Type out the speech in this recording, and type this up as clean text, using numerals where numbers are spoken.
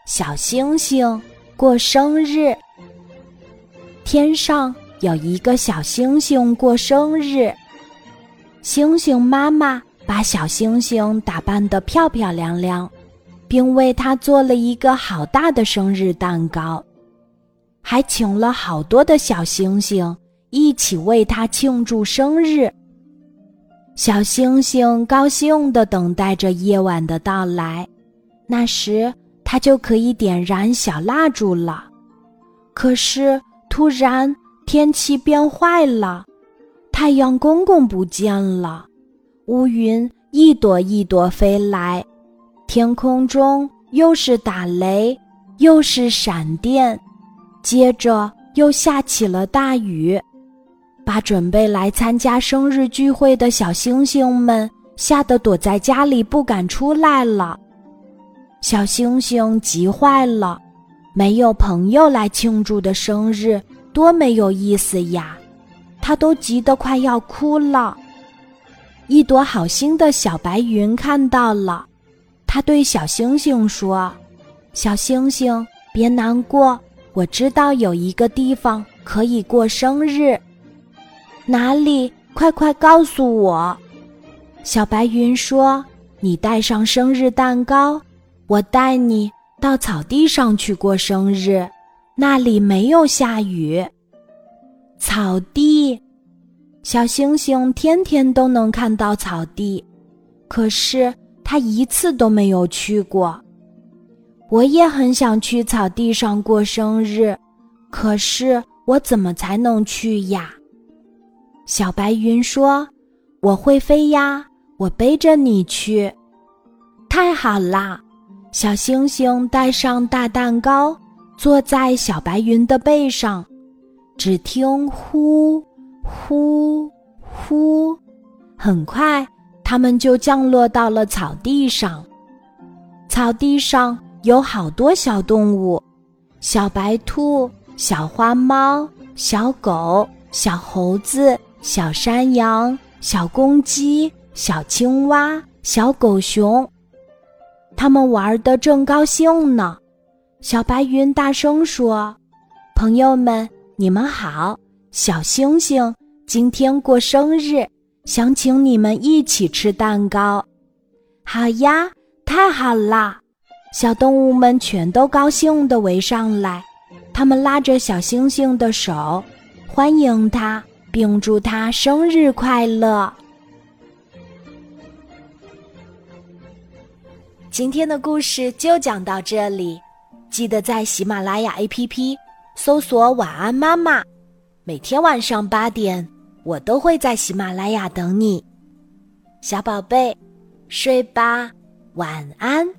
小星星过生日。天上有一个小星星过生日，星星妈妈把小星星打扮得漂漂亮亮，并为他做了一个好大的生日蛋糕，还请了好多的小星星一起为他庆祝生日。小星星高兴地等待着夜晚的到来，那时他就可以点燃小蜡烛了。可是突然天气变坏了，太阳公公不见了，乌云一朵一朵飞来，天空中又是打雷又是闪电，接着又下起了大雨，把准备来参加生日聚会的小星星们吓得躲在家里不敢出来了。小星星急坏了，没有朋友来庆祝的生日多没有意思呀，他都急得快要哭了。一朵好心的小白云看到了，他对小星星说：小星星，别难过，我知道有一个地方可以过生日。哪里？快快告诉我。小白云说：你带上生日蛋糕，我带你到草地上去过生日，那里没有下雨。草地，小星星天天都能看到草地，可是他一次都没有去过。我也很想去草地上过生日，可是我怎么才能去呀？小白云说：我会飞呀，我背着你去。太好啦！小星星带上大蛋糕，坐在小白云的背上，只听呼呼呼，很快它们就降落到了草地上。草地上有好多小动物，小白兔、小花猫、小狗、小猴子、小山羊、小公鸡、小青蛙、小狗熊，他们玩得正高兴呢。小白云大声说：朋友们，你们好，小星星今天过生日，想请你们一起吃蛋糕。好呀，太好啦！小动物们全都高兴地围上来，他们拉着小星星的手，欢迎他，并祝他生日快乐。今天的故事就讲到这里，记得在喜马拉雅 APP 搜索晚安妈妈，每天晚上8点，我都会在喜马拉雅等你。小宝贝，睡吧，晚安。